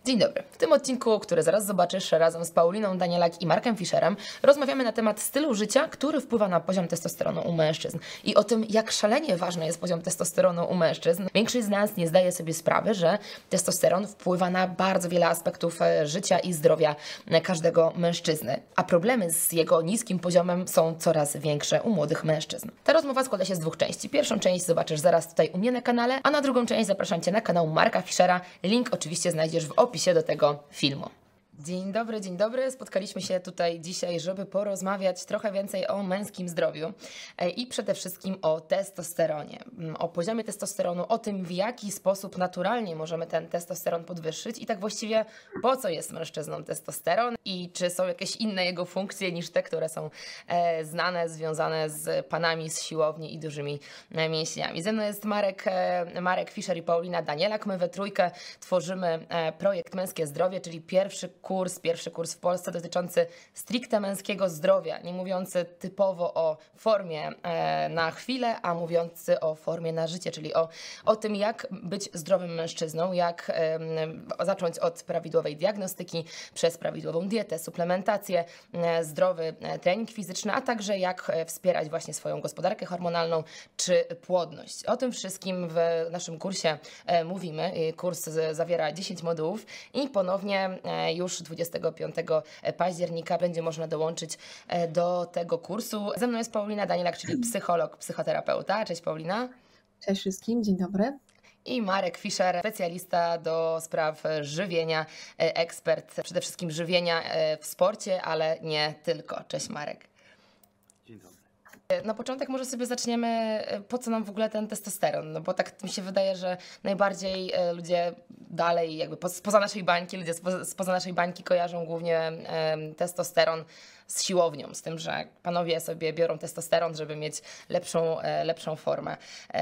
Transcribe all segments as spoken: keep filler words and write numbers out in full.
Dzień dobry. W tym odcinku, który zaraz zobaczysz razem z Pauliną Danielak i Markiem Fischerem, rozmawiamy na temat stylu życia, który wpływa na poziom testosteronu u mężczyzn i o tym, jak szalenie ważny jest poziom testosteronu u mężczyzn. Większość z nas nie zdaje sobie sprawy, że testosteron wpływa na bardzo wiele aspektów życia i zdrowia każdego mężczyzny, a problemy z jego niskim poziomem są coraz większe u młodych mężczyzn. Ta rozmowa składa się z dwóch części. Pierwszą część zobaczysz zaraz tutaj u mnie na kanale, a na drugą część zapraszam Cię na kanał Marka Fischera. Link oczywiście znajdziesz w opisie do tego filmu. Dzień dobry, dzień dobry. Spotkaliśmy się tutaj dzisiaj, żeby porozmawiać trochę więcej o męskim zdrowiu i przede wszystkim o testosteronie. O poziomie testosteronu, o tym, w jaki sposób naturalnie możemy ten testosteron podwyższyć i tak właściwie po co jest mężczyznom testosteron i czy są jakieś inne jego funkcje niż te, które są znane, związane z panami z siłowni i dużymi mięśniami. Ze mną jest Marek, Marek Fischer i Paulina Danielak. My we trójkę tworzymy projekt Męskie Zdrowie, czyli pierwszy kurs, pierwszy kurs w Polsce dotyczący stricte męskiego zdrowia, nie mówiący typowo o formie e, na chwilę, a mówiący o formie na życie, czyli o, o tym, jak być zdrowym mężczyzną, jak e, zacząć od prawidłowej diagnostyki, przez prawidłową dietę, suplementację, e, zdrowy e, trening fizyczny, a także jak e, wspierać właśnie swoją gospodarkę hormonalną czy płodność. O tym wszystkim w naszym kursie e, mówimy. Kurs z, zawiera dziesięć modułów i ponownie e, już dwudziestego piątego października będzie można dołączyć do tego kursu. Ze mną jest Paulina Danielak, czyli psycholog, psychoterapeuta. Cześć Paulina. Cześć wszystkim, dzień dobry. I Marek Fischer, specjalista do spraw żywienia, ekspert przede wszystkim żywienia w sporcie, ale nie tylko. Cześć Marek. Dzień dobry. Na początek może sobie zaczniemy, po co nam w ogóle ten testosteron, no bo tak mi się wydaje, że najbardziej ludzie dalej jakby spoza naszej bańki, ludzie spoza, spoza naszej bańki kojarzą głównie testosteron z siłownią, z tym, że panowie sobie biorą testosteron, żeby mieć lepszą, lepszą formę.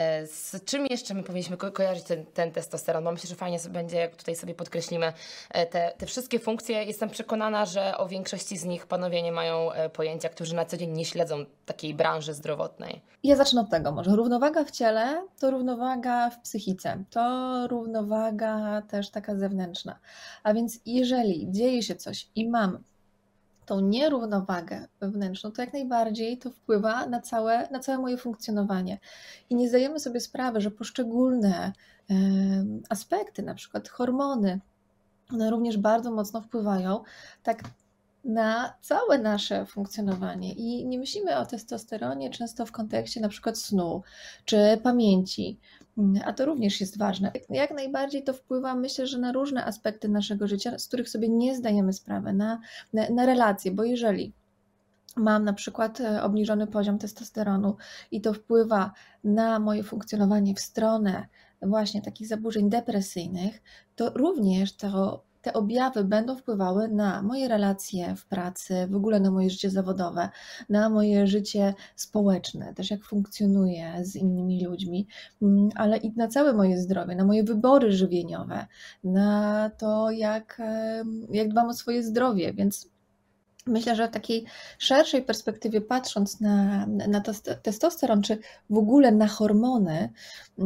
Z czym jeszcze my powinniśmy ko kojarzyć ten, ten testosteron? Bo myślę, że fajnie sobie będzie, jak tutaj sobie podkreślimy te, te wszystkie funkcje. Jestem przekonana, że o większości z nich panowie nie mają pojęcia, którzy na co dzień nie śledzą takiej branży zdrowotnej. Ja zacznę od tego może. Równowaga w ciele to równowaga w psychice. To równowaga też taka zewnętrzna. A więc jeżeli dzieje się coś i mam tą nierównowagę wewnętrzną, to jak najbardziej to wpływa na całe, na całe moje funkcjonowanie. I nie zdajemy sobie sprawy, że poszczególne e, aspekty, na przykład hormony, one również bardzo mocno wpływają tak na całe nasze funkcjonowanie. I nie myślimy o testosteronie często w kontekście na przykład snu czy pamięci, a to również jest ważne. Jak najbardziej to wpływa, myślę, że na różne aspekty naszego życia, z których sobie nie zdajemy sprawy, na, na, na relacje, bo jeżeli mam na przykład obniżony poziom testosteronu i to wpływa na moje funkcjonowanie w stronę właśnie takich zaburzeń depresyjnych, to również to te objawy będą wpływały na moje relacje w pracy, w ogóle na moje życie zawodowe, na moje życie społeczne, też jak funkcjonuję z innymi ludźmi, ale i na całe moje zdrowie, na moje wybory żywieniowe, na to, jak, jak dbam o swoje zdrowie, więc myślę, że w takiej szerszej perspektywie, patrząc na, na testosteron, czy w ogóle na hormony,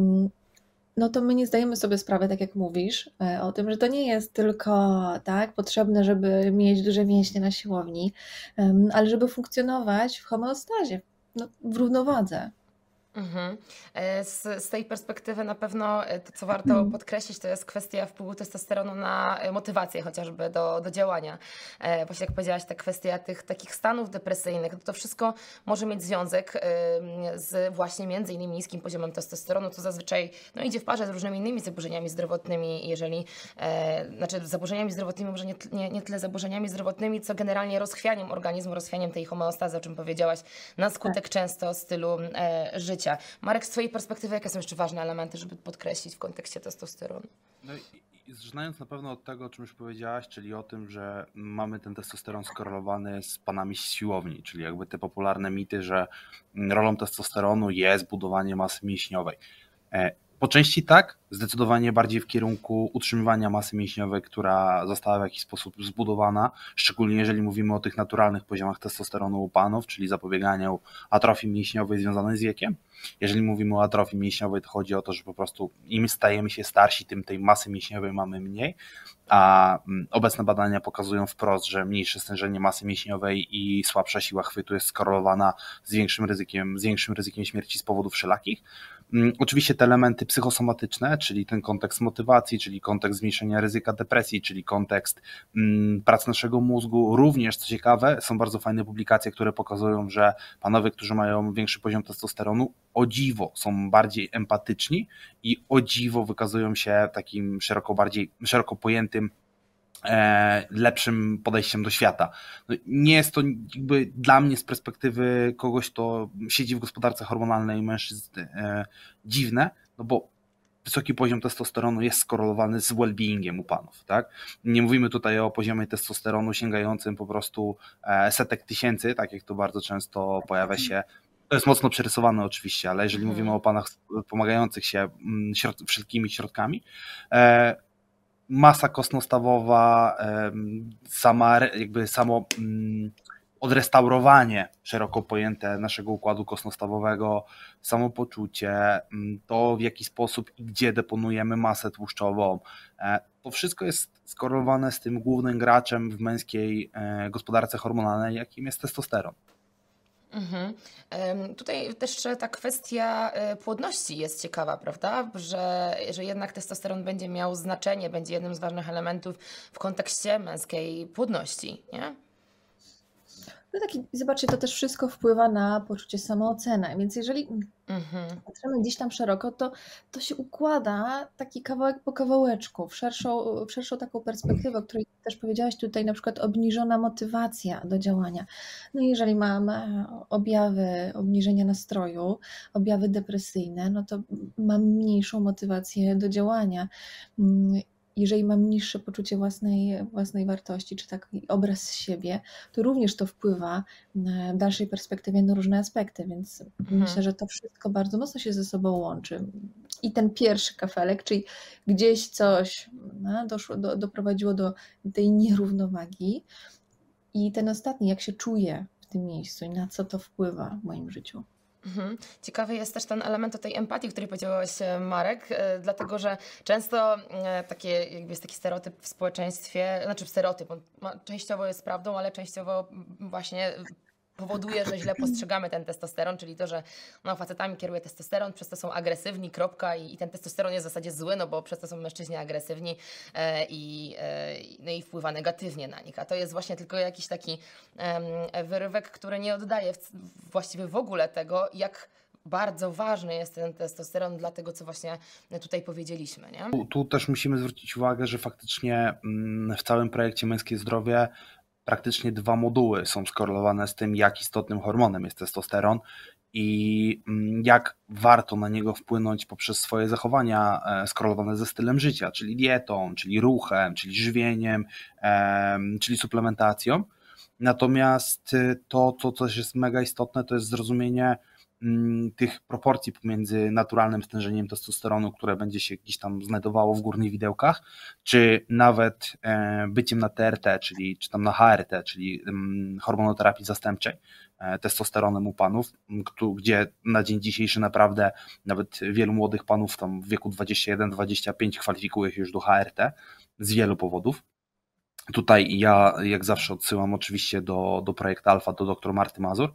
no to my nie zdajemy sobie sprawy, tak jak mówisz, o tym, że to nie jest tylko tak potrzebne, żeby mieć duże mięśnie na siłowni, ale żeby funkcjonować w homeostazie, no, w równowadze. Mhm. Z, z tej perspektywy na pewno to, co warto podkreślić, to jest kwestia wpływu testosteronu na motywację chociażby do, do działania. Właśnie jak powiedziałaś, ta kwestia tych takich stanów depresyjnych, to wszystko może mieć związek z właśnie między innymi niskim poziomem testosteronu, co zazwyczaj no, idzie w parze z różnymi innymi zaburzeniami zdrowotnymi, jeżeli, e, znaczy zaburzeniami zdrowotnymi, może nie, nie, nie tyle zaburzeniami zdrowotnymi, co generalnie rozchwianiem organizmu, rozchwianiem tej homeostazy, o czym powiedziałaś, na skutek tak. często stylu e, życia. Marek, z twojej perspektywy, jakie są jeszcze ważne elementy, żeby podkreślić w kontekście testosteronu? No i, i zaczynając na pewno od tego, o czym już powiedziałaś, czyli o tym, że mamy ten testosteron skorelowany z panami z siłowni, czyli jakby te popularne mity, że rolą testosteronu jest budowanie masy mięśniowej. Po części tak, zdecydowanie bardziej w kierunku utrzymywania masy mięśniowej, która została w jakiś sposób zbudowana, szczególnie jeżeli mówimy o tych naturalnych poziomach testosteronu u panów, czyli zapobieganiu atrofii mięśniowej związanej z wiekiem. Jeżeli mówimy o atrofii mięśniowej, to chodzi o to, że po prostu im stajemy się starsi, tym tej masy mięśniowej mamy mniej, a obecne badania pokazują wprost, że mniejsze stężenie masy mięśniowej i słabsza siła chwytu jest skorelowana z większym ryzykiem, z większym ryzykiem śmierci z powodów wszelakich. Oczywiście te elementy psychosomatyczne, czyli ten kontekst motywacji, czyli kontekst zmniejszenia ryzyka depresji, czyli kontekst mm, pracy naszego mózgu, również, co ciekawe, są bardzo fajne publikacje, które pokazują, że panowie, którzy mają większy poziom testosteronu, o dziwo są bardziej empatyczni i o dziwo wykazują się takim szeroko bardziej, szeroko pojętym lepszym podejściem do świata. No, nie jest to jakby dla mnie z perspektywy kogoś, kto siedzi w gospodarce hormonalnej mężczyzn e, dziwne, no bo wysoki poziom testosteronu jest skorelowany z well-beingiem u panów. Tak? Nie mówimy tutaj o poziomie testosteronu sięgającym po prostu setek tysięcy, tak jak to bardzo często pojawia się. To jest mocno przerysowane oczywiście, ale jeżeli hmm. mówimy o panach pomagających się środ- wszelkimi środkami, e, masa kostnostawowa, sama, jakby samo odrestaurowanie szeroko pojęte naszego układu kostnostawowego, samopoczucie, to w jaki sposób i gdzie deponujemy masę tłuszczową, to wszystko jest skorelowane z tym głównym graczem w męskiej gospodarce hormonalnej, jakim jest testosteron. Mhm. Tutaj też ta kwestia płodności jest ciekawa, prawda? Że, że jednak testosteron będzie miał znaczenie, będzie jednym z ważnych elementów w kontekście męskiej płodności, nie? No tak, zobaczcie, to też wszystko wpływa na poczucie samooceny, więc jeżeli mhm. patrzymy gdzieś tam szeroko, to, to się układa taki kawałek po kawałeczku, w szerszą, w szerszą taką perspektywę, o której też powiedziałaś tutaj, na przykład obniżona motywacja do działania. No jeżeli mam objawy obniżenia nastroju, objawy depresyjne, no to mam mniejszą motywację do działania. Jeżeli mam niższe poczucie własnej, własnej wartości, czy taki obraz siebie, to również to wpływa w dalszej perspektywie na różne aspekty, więc mhm. myślę, że to wszystko bardzo mocno się ze sobą łączy. I ten pierwszy kafelek, czyli gdzieś coś no, doszło, do, doprowadziło do tej nierównowagi i ten ostatni, jak się czuję w tym miejscu i na co to wpływa w moim życiu. Mhm. Ciekawy jest też ten element o tej empatii, o której powiedziałeś, Marek, dlatego że często takie, jakby jest taki stereotyp w społeczeństwie, znaczy stereotyp, on częściowo jest prawdą, ale częściowo właśnie powoduje, że źle postrzegamy ten testosteron, czyli to, że no, facetami kieruje testosteron, przez to są agresywni, kropka i, i ten testosteron jest w zasadzie zły, no bo przez to są mężczyźni agresywni e, i, e, no i wpływa negatywnie na nich. A to jest właśnie tylko jakiś taki e, wyrywek, który nie oddaje w, właściwie w ogóle tego, jak bardzo ważny jest ten testosteron dla tego, co właśnie tutaj powiedzieliśmy. Nie? Tu, tu też musimy zwrócić uwagę, że faktycznie w całym projekcie Męskie Zdrowie praktycznie dwa moduły są skorelowane z tym, jak istotnym hormonem jest testosteron i jak warto na niego wpłynąć poprzez swoje zachowania skorelowane ze stylem życia, czyli dietą, czyli ruchem, czyli żywieniem, czyli suplementacją. Natomiast to, co też jest mega istotne, to jest zrozumienie tych proporcji pomiędzy naturalnym stężeniem testosteronu, które będzie się gdzieś tam znajdowało w górnych widełkach, czy nawet byciem na T R T, czyli czy tam na H R T, czyli hormonoterapii zastępczej testosteronem u panów, gdzie na dzień dzisiejszy naprawdę nawet wielu młodych panów tam w wieku dwadzieścia jeden dwadzieścia pięć kwalifikuje się już do H R T z wielu powodów. Tutaj ja jak zawsze odsyłam oczywiście do, do projektu Alfa, do dr Marty Mazur,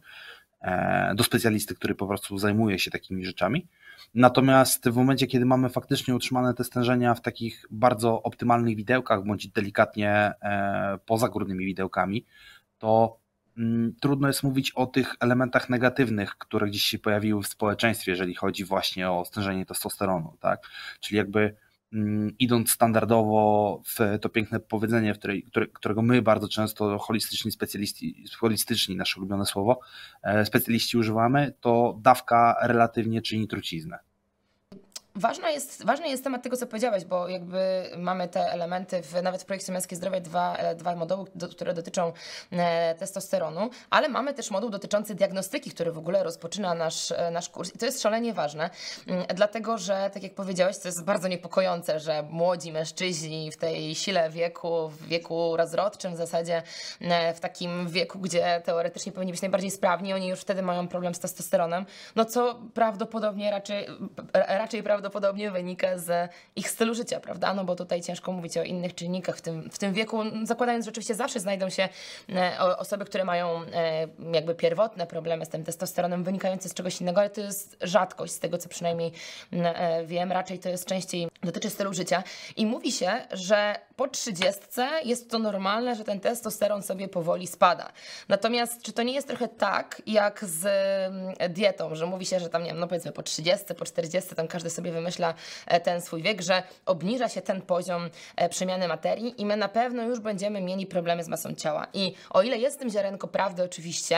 do specjalisty, który po prostu zajmuje się takimi rzeczami. Natomiast w momencie, kiedy mamy faktycznie utrzymane te stężenia w takich bardzo optymalnych widełkach, bądź delikatnie poza górnymi widełkami, to trudno jest mówić o tych elementach negatywnych, które gdzieś się pojawiły w społeczeństwie, jeżeli chodzi właśnie o stężenie testosteronu, tak? Czyli jakby idąc standardowo w to piękne powiedzenie, w której, które, którego my bardzo często holistyczni specjaliści, holistyczni, nasze ulubione słowo, specjaliści używamy, to dawka relatywnie czyni truciznę. Ważna jest, ważny jest temat tego, co powiedziałaś, bo jakby mamy te elementy w, nawet w projekcie Męskie Zdrowie, dwa, dwa moduły, do, które dotyczą e, testosteronu, ale mamy też moduł dotyczący diagnostyki, który w ogóle rozpoczyna nasz, e, nasz kurs i to jest szalenie ważne, m, dlatego że, tak jak powiedziałaś, to jest bardzo niepokojące, że młodzi mężczyźni w tej sile wieku, w wieku rozrodczym w zasadzie, e, w takim wieku, gdzie teoretycznie powinni być najbardziej sprawni, oni już wtedy mają problem z testosteronem, no co prawdopodobnie raczej, raczej prawdopodobnie prawdopodobnie wynika z ich stylu życia, prawda? No bo tutaj ciężko mówić o innych czynnikach w tym, w tym wieku, zakładając, że oczywiście zawsze znajdą się osoby, które mają jakby pierwotne problemy z tym testosteronem wynikające z czegoś innego, ale to jest rzadkość z tego, co przynajmniej wiem, raczej to jest częściej dotyczy stylu życia i mówi się, że po trzydziestce jest to normalne, że ten testosteron sobie powoli spada. Natomiast czy to nie jest trochę tak, jak z dietą, że mówi się, że tam, nie wiem, no powiedzmy po trzydziestce, po czterdziestce, tam każdy sobie wymyśla ten swój wiek, że obniża się ten poziom przemiany materii i my na pewno już będziemy mieli problemy z masą ciała. I o ile jest w tym ziarenko prawdy oczywiście,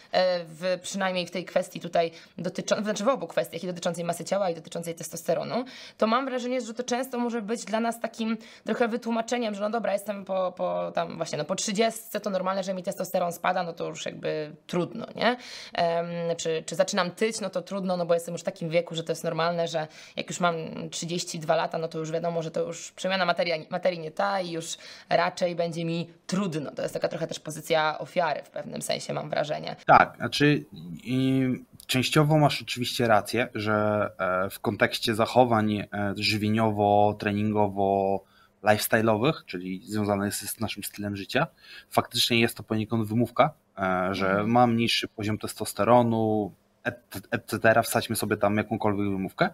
w, przynajmniej w tej kwestii tutaj dotyczącej, znaczy w obu kwestiach, i dotyczącej masy ciała, i dotyczącej testosteronu, to mam wrażenie, że to często może być dla nas takim trochę wytłumaczeniem, że no dobra, jestem po, po tam właśnie, no po trzydziestce, to normalne, że mi testosteron spada, no to już jakby trudno, nie? Um, czy, czy zaczynam tyć, no to trudno, no bo jestem już w takim wieku, że to jest normalne, że jak już mam trzydzieści dwa lata, no to już wiadomo, że to już przemiana materii, materii nie ta i już raczej będzie mi trudno. To jest taka trochę też pozycja ofiary w pewnym sensie, mam wrażenie. Tak, znaczy i częściowo masz oczywiście rację, że w kontekście zachowań żywieniowo-treningowo lifestyle'owych, czyli związanych z naszym stylem życia, faktycznie jest to poniekąd wymówka, że mhm. mam niższy poziom testosteronu, et cetera. Wsadźmy sobie tam jakąkolwiek wymówkę,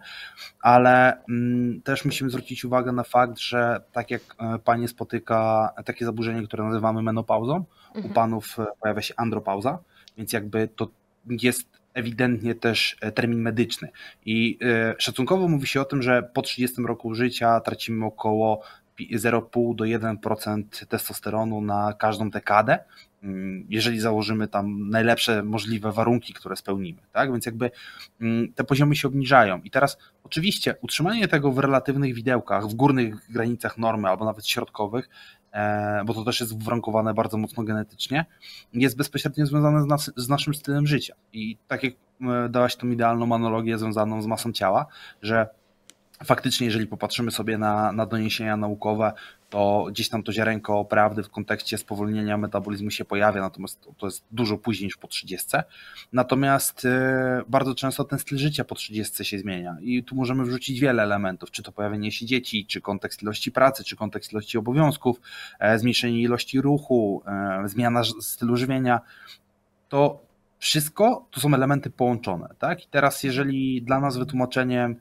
ale mm, też musimy zwrócić uwagę na fakt, że tak jak panie spotyka takie zaburzenie, które nazywamy menopauzą, mhm. u panów pojawia się andropauza, więc jakby to jest ewidentnie też termin medyczny i y, szacunkowo mówi się o tym, że po trzydziestym roku życia tracimy około zero przecinek pięć do jeden procent testosteronu na każdą dekadę, jeżeli założymy tam najlepsze możliwe warunki, które spełnimy, tak? Więc jakby te poziomy się obniżają. I teraz oczywiście utrzymanie tego w relatywnych widełkach, w górnych granicach normy albo nawet środkowych, bo to też jest uwarunkowane bardzo mocno genetycznie, jest bezpośrednio związane z, nas, z naszym stylem życia. I tak jak dałaś tą idealną analogię związaną z masą ciała, że faktycznie, jeżeli popatrzymy sobie na, na doniesienia naukowe, to gdzieś tam to ziarenko prawdy w kontekście spowolnienia metabolizmu się pojawia, natomiast to jest dużo później niż po trzydziestce. Natomiast bardzo często ten styl życia po trzydziestce się zmienia i tu możemy wrzucić wiele elementów, czy to pojawienie się dzieci, czy kontekst ilości pracy, czy kontekst ilości obowiązków, zmniejszenie ilości ruchu, zmiana stylu żywienia. To wszystko to są elementy połączone, tak? I teraz jeżeli dla nas wytłumaczeniem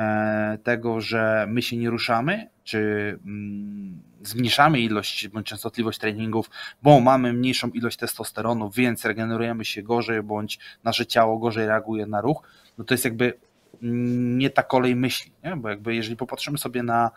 tego, że my się nie ruszamy, czy zmniejszamy ilość bądź częstotliwość treningów, bo mamy mniejszą ilość testosteronu, więc regenerujemy się gorzej, bądź nasze ciało gorzej reaguje na ruch, no to jest jakby nie ta kolej myśli, nie? Bo jakby jeżeli popatrzymy sobie na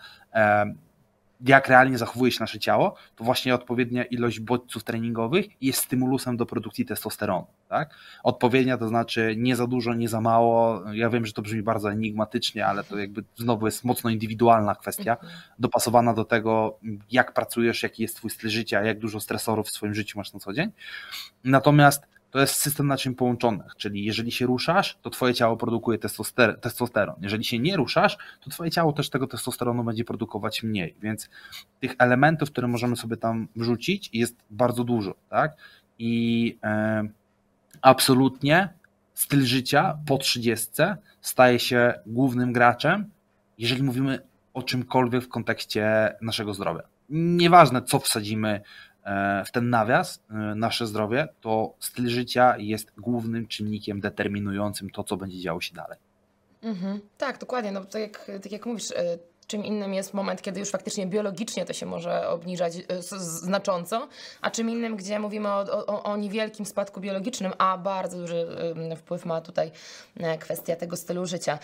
jak realnie zachowuje się nasze ciało, to właśnie odpowiednia ilość bodźców treningowych jest stymulusem do produkcji testosteronu. Tak? Odpowiednia to znaczy nie za dużo, nie za mało. Ja wiem, że to brzmi bardzo enigmatycznie, ale to jakby znowu jest mocno indywidualna kwestia, dopasowana do tego, jak pracujesz, jaki jest twój styl życia, jak dużo stresorów w swoim życiu masz na co dzień. Natomiast to jest system naczyń połączonych, czyli jeżeli się ruszasz, to twoje ciało produkuje testoster- testosteron. Jeżeli się nie ruszasz, to twoje ciało też tego testosteronu będzie produkować mniej, więc tych elementów, które możemy sobie tam wrzucić, jest bardzo dużo, tak? I e, absolutnie styl życia po trzydziestce staje się głównym graczem, jeżeli mówimy o czymkolwiek w kontekście naszego zdrowia. Nieważne, co wsadzimy w ten nawias, nasze zdrowie, to styl życia jest głównym czynnikiem determinującym to, co będzie działo się dalej. Mhm. Tak, dokładnie. No, tak, jak, tak jak mówisz, Czym innym jest moment, kiedy już faktycznie biologicznie to się może obniżać znacząco, a czym innym, gdzie mówimy o, o, o niewielkim spadku biologicznym, a bardzo duży wpływ ma tutaj kwestia tego stylu życia.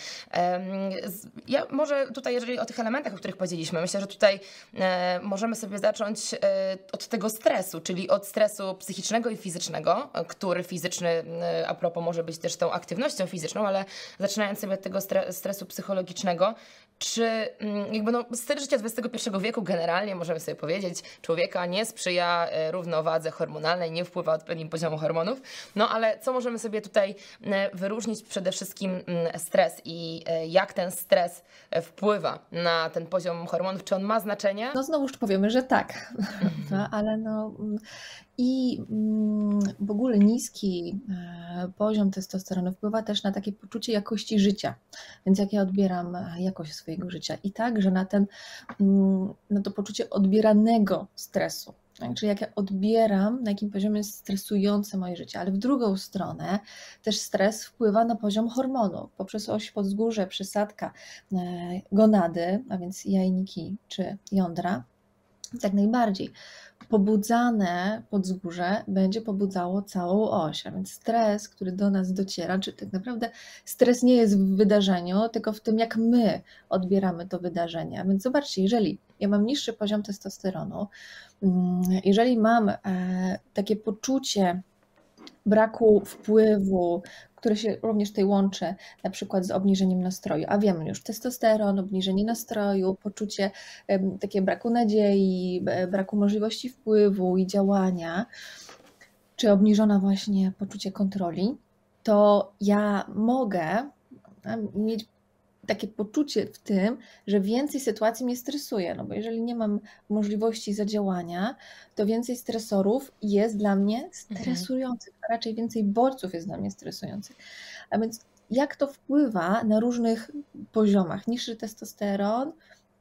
Ja może tutaj, jeżeli o tych elementach, o których powiedzieliśmy, myślę, że tutaj możemy sobie zacząć od tego stresu, czyli od stresu psychicznego i fizycznego, który fizyczny a propos może być też tą aktywnością fizyczną, ale zaczynając sobie od tego stresu psychologicznego, czy jakby no, styl życia dwudziestego pierwszego wieku generalnie, możemy sobie powiedzieć, człowieka nie sprzyja równowadze hormonalnej, nie wpływa odpowiednim poziomu hormonów, no ale co możemy sobie tutaj wyróżnić? Przede wszystkim stres i jak ten stres wpływa na ten poziom hormonów, czy on ma znaczenie? No znowuż powiemy, że tak, no, ale no i w ogóle niski poziom testosteronu wpływa też na takie poczucie jakości życia, więc jak ja odbieram jakość swojego życia i także na, ten, na to poczucie odbieranego stresu. Tak? Czyli jak ja odbieram, na jakim poziomie jest stresujące moje życie, ale w drugą stronę też stres wpływa na poziom hormonów poprzez oś podzgórze, przysadka, gonady, a więc jajniki czy jądra. Jak najbardziej. Pobudzane podzgórze będzie pobudzało całą oś, a więc stres, który do nas dociera, czy tak naprawdę stres nie jest w wydarzeniu, tylko w tym, jak my odbieramy to wydarzenie. A więc zobaczcie, jeżeli ja mam niższy poziom testosteronu, jeżeli mam takie poczucie braku wpływu, które się również tutaj łączy na przykład z obniżeniem nastroju, a wiemy już, testosteron, obniżenie nastroju, poczucie takie braku nadziei, braku możliwości wpływu i działania, czy obniżona właśnie poczucie kontroli, to ja mogę mieć takie poczucie w tym, że więcej sytuacji mnie stresuje, no bo jeżeli nie mam możliwości zadziałania, to więcej stresorów jest dla mnie stresujących, a raczej więcej bodźców jest dla mnie stresujących. A więc jak to wpływa na różnych poziomach? Niższy testosteron,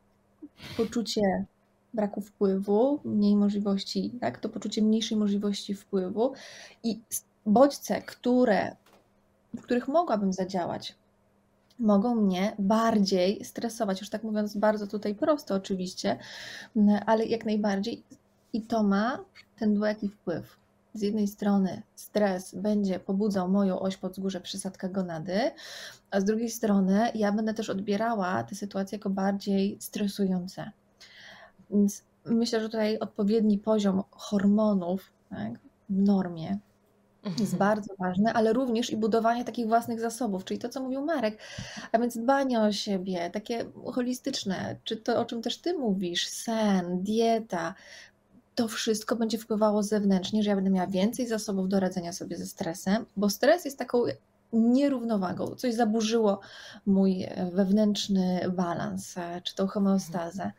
poczucie braku wpływu, mniej możliwości, tak? To poczucie mniejszej możliwości wpływu i bodźce, które, w których mogłabym zadziałać, mogą mnie bardziej stresować, już tak mówiąc bardzo tutaj prosto oczywiście, ale jak najbardziej i to ma ten dwojaki wpływ. Z jednej strony stres będzie pobudzał moją oś podzgórze, przysadka gonady, a z drugiej strony ja będę też odbierała te sytuacje jako bardziej stresujące. Więc myślę, że tutaj odpowiedni poziom hormonów, tak, w normie jest bardzo ważne, ale również i budowanie takich własnych zasobów, czyli to, co mówił Marek, a więc dbanie o siebie, takie holistyczne, czy to, o czym też Ty mówisz, sen, dieta, to wszystko będzie wpływało zewnętrznie, że ja będę miała więcej zasobów do radzenia sobie ze stresem, bo stres jest taką nierównowagą, coś zaburzyło mój wewnętrzny balans, czy tą homeostazę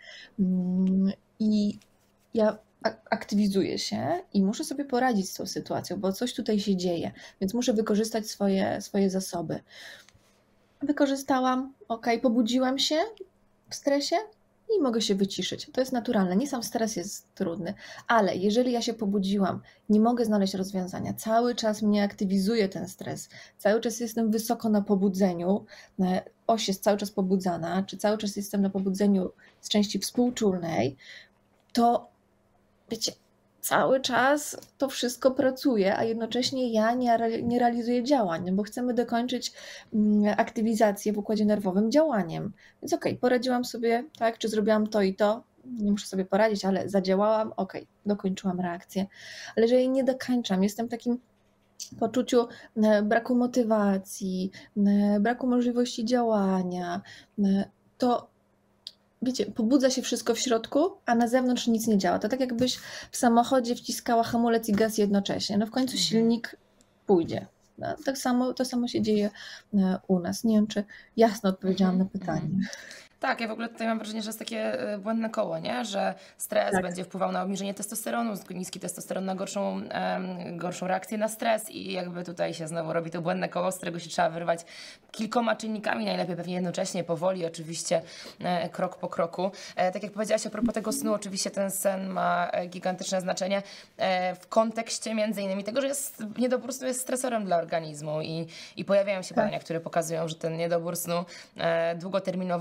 i ja aktywizuję się i muszę sobie poradzić z tą sytuacją, bo coś tutaj się dzieje, więc muszę wykorzystać swoje, swoje zasoby. Wykorzystałam, ok, pobudziłam się w stresie i mogę się wyciszyć. To jest naturalne, nie sam stres jest trudny, ale jeżeli ja się pobudziłam, nie mogę znaleźć rozwiązania, cały czas mnie aktywizuje ten stres, cały czas jestem wysoko na pobudzeniu, oś jest cały czas pobudzana, czy cały czas jestem na pobudzeniu z części współczulnej, to wiecie, cały czas to wszystko pracuje, a jednocześnie ja nie, nie realizuję działań, bo chcemy dokończyć aktywizację w układzie nerwowym działaniem. Więc okej, okay, poradziłam sobie, tak, czy zrobiłam to i to, nie muszę sobie poradzić, ale zadziałałam, okej, okay, dokończyłam reakcję. Ale jeżeli nie dokończam, jestem w takim poczuciu braku motywacji, braku możliwości działania, to wiecie, pobudza się wszystko w środku, a na zewnątrz nic nie działa. To tak jakbyś w samochodzie wciskała hamulec i gaz jednocześnie. No w końcu silnik pójdzie. No, tak samo, to samo się dzieje u nas. Nie wiem, czy jasno odpowiedziałam na pytanie. Tak, ja w ogóle tutaj mam wrażenie, że jest takie błędne koło, nie? Że stres tak. będzie wpływał na obniżenie testosteronu, niski testosteron na gorszą, um, gorszą reakcję na stres i jakby tutaj się znowu robi to błędne koło, z którego się trzeba wyrwać kilkoma czynnikami, najlepiej pewnie jednocześnie, powoli oczywiście, e, krok po kroku. E, tak jak powiedziałaś a propos tego snu, oczywiście ten sen ma gigantyczne znaczenie e, w kontekście między innymi tego, że jest, niedobór snu jest stresorem dla organizmu i, i pojawiają się tak. badania, które pokazują, że ten niedobór snu e, długoterminowo u młodych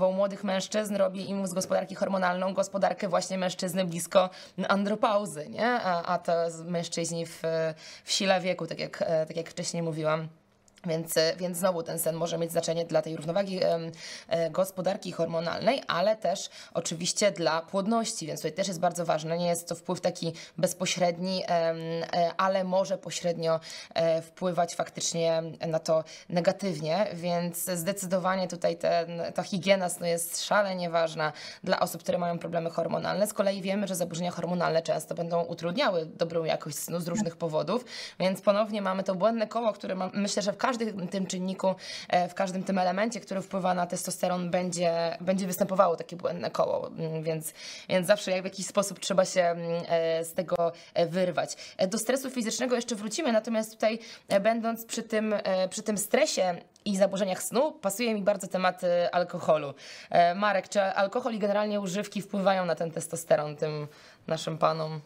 mężczyzn robi im z gospodarki hormonalną gospodarkę właśnie mężczyzny blisko andropauzy, nie? A, a to mężczyźni w, w sile wieku, tak jak, tak jak wcześniej mówiłam. Więc, więc znowu ten sen może mieć znaczenie dla tej równowagi e, gospodarki hormonalnej, ale też oczywiście dla płodności, więc tutaj też jest bardzo ważne. Nie jest to wpływ taki bezpośredni, e, e, ale może pośrednio e, wpływać faktycznie na to negatywnie, więc zdecydowanie tutaj ten, ta higiena snu jest szalenie ważna dla osób, które mają problemy hormonalne. Z kolei wiemy, że zaburzenia hormonalne często będą utrudniały dobrą jakość snu z różnych powodów, więc ponownie mamy to błędne koło, które ma, myślę, że w każdym tym czynniku, w każdym tym elemencie, który wpływa na testosteron, będzie, będzie występowało takie błędne koło, więc, więc zawsze jak w jakiś sposób trzeba się z tego wyrwać. Do stresu fizycznego jeszcze wrócimy, natomiast tutaj będąc przy tym, przy tym stresie i zaburzeniach snu, pasuje mi bardzo temat alkoholu. Marek, czy alkohol i generalnie używki wpływają na ten testosteron tym naszym panom?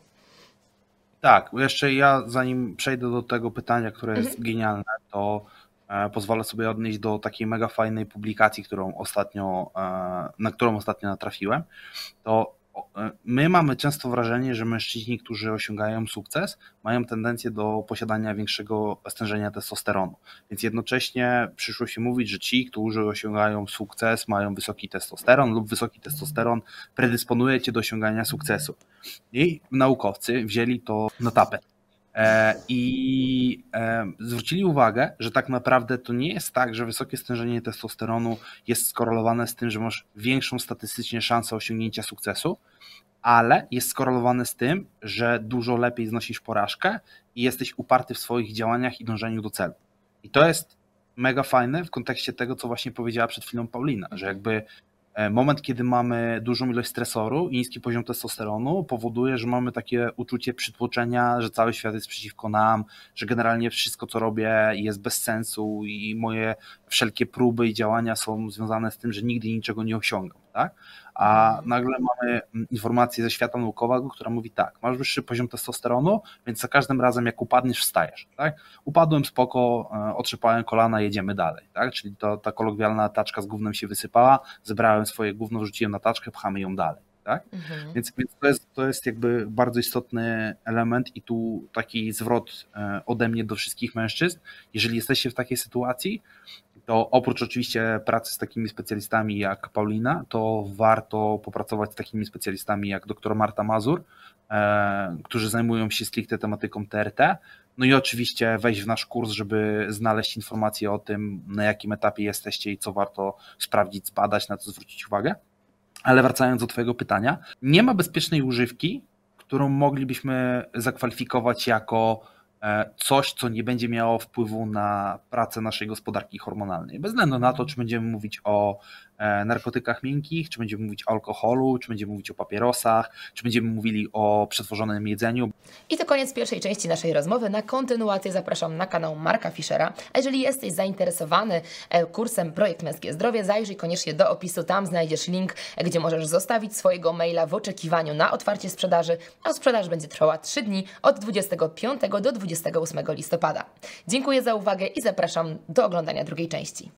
Tak, jeszcze ja zanim przejdę do tego pytania, które jest mhm. genialne, to e, pozwolę sobie odnieść do takiej mega fajnej publikacji, którą ostatnio, e, na którą ostatnio natrafiłem. To e, my mamy często wrażenie, że mężczyźni, którzy osiągają sukces, mają tendencję do posiadania większego stężenia testosteronu. Więc jednocześnie przyszło się mówić, że ci, którzy osiągają sukces, mają wysoki testosteron lub wysoki testosteron predysponuje cię do osiągania sukcesu. I naukowcy wzięli to na tapet e, i e, zwrócili uwagę, że tak naprawdę to nie jest tak, że wysokie stężenie testosteronu jest skorelowane z tym, że masz większą statystycznie szansę osiągnięcia sukcesu, ale jest skorelowane z tym, że dużo lepiej znosisz porażkę i jesteś uparty w swoich działaniach i dążeniu do celu. I to jest mega fajne w kontekście tego, co właśnie powiedziała przed chwilą Paulina, że jakby moment, kiedy mamy dużą ilość stresoru i niski poziom testosteronu, powoduje, że mamy takie uczucie przytłoczenia, że cały świat jest przeciwko nam, że generalnie wszystko, co robię, jest bez sensu i moje wszelkie próby i działania są związane z tym, że nigdy niczego nie osiągam, tak? A nagle mamy informację ze świata naukowego, która mówi tak, masz wyższy poziom testosteronu, więc za każdym razem jak upadniesz, wstajesz, tak? Upadłem, spoko, otrzepałem kolana, jedziemy dalej, tak? Czyli to, ta kolokwialna taczka z gównem się wysypała, zebrałem swoje gówno, wrzuciłem na taczkę, pchamy ją dalej, tak? Mhm. Więc, więc to, jest, to jest jakby bardzo istotny element i tu taki zwrot ode mnie do wszystkich mężczyzn. Jeżeli jesteście w takiej sytuacji, to oprócz oczywiście pracy z takimi specjalistami jak Paulina, to warto popracować z takimi specjalistami jak dr Marta Mazur, e, którzy zajmują się stricte tematyką T R T. No i oczywiście wejść w nasz kurs, żeby znaleźć informacje o tym, na jakim etapie jesteście i co warto sprawdzić, zbadać, na co zwrócić uwagę. Ale wracając do twojego pytania, nie ma bezpiecznej używki, którą moglibyśmy zakwalifikować jako coś, co nie będzie miało wpływu na pracę naszej gospodarki hormonalnej. Bez względu na to, czy będziemy mówić o narkotykach miękkich, czy będziemy mówić o alkoholu, czy będziemy mówić o papierosach, czy będziemy mówili o przetworzonym jedzeniu. I to koniec pierwszej części naszej rozmowy. Na kontynuację zapraszam na kanał Marka Fischera. A jeżeli jesteś zainteresowany kursem Projekt Męskie Zdrowie, zajrzyj koniecznie do opisu, tam znajdziesz link, gdzie możesz zostawić swojego maila w oczekiwaniu na otwarcie sprzedaży, a sprzedaż będzie trwała trzy dni od dwudziestego piątego do dwudziestego ósmego listopada. Dziękuję za uwagę i zapraszam do oglądania drugiej części.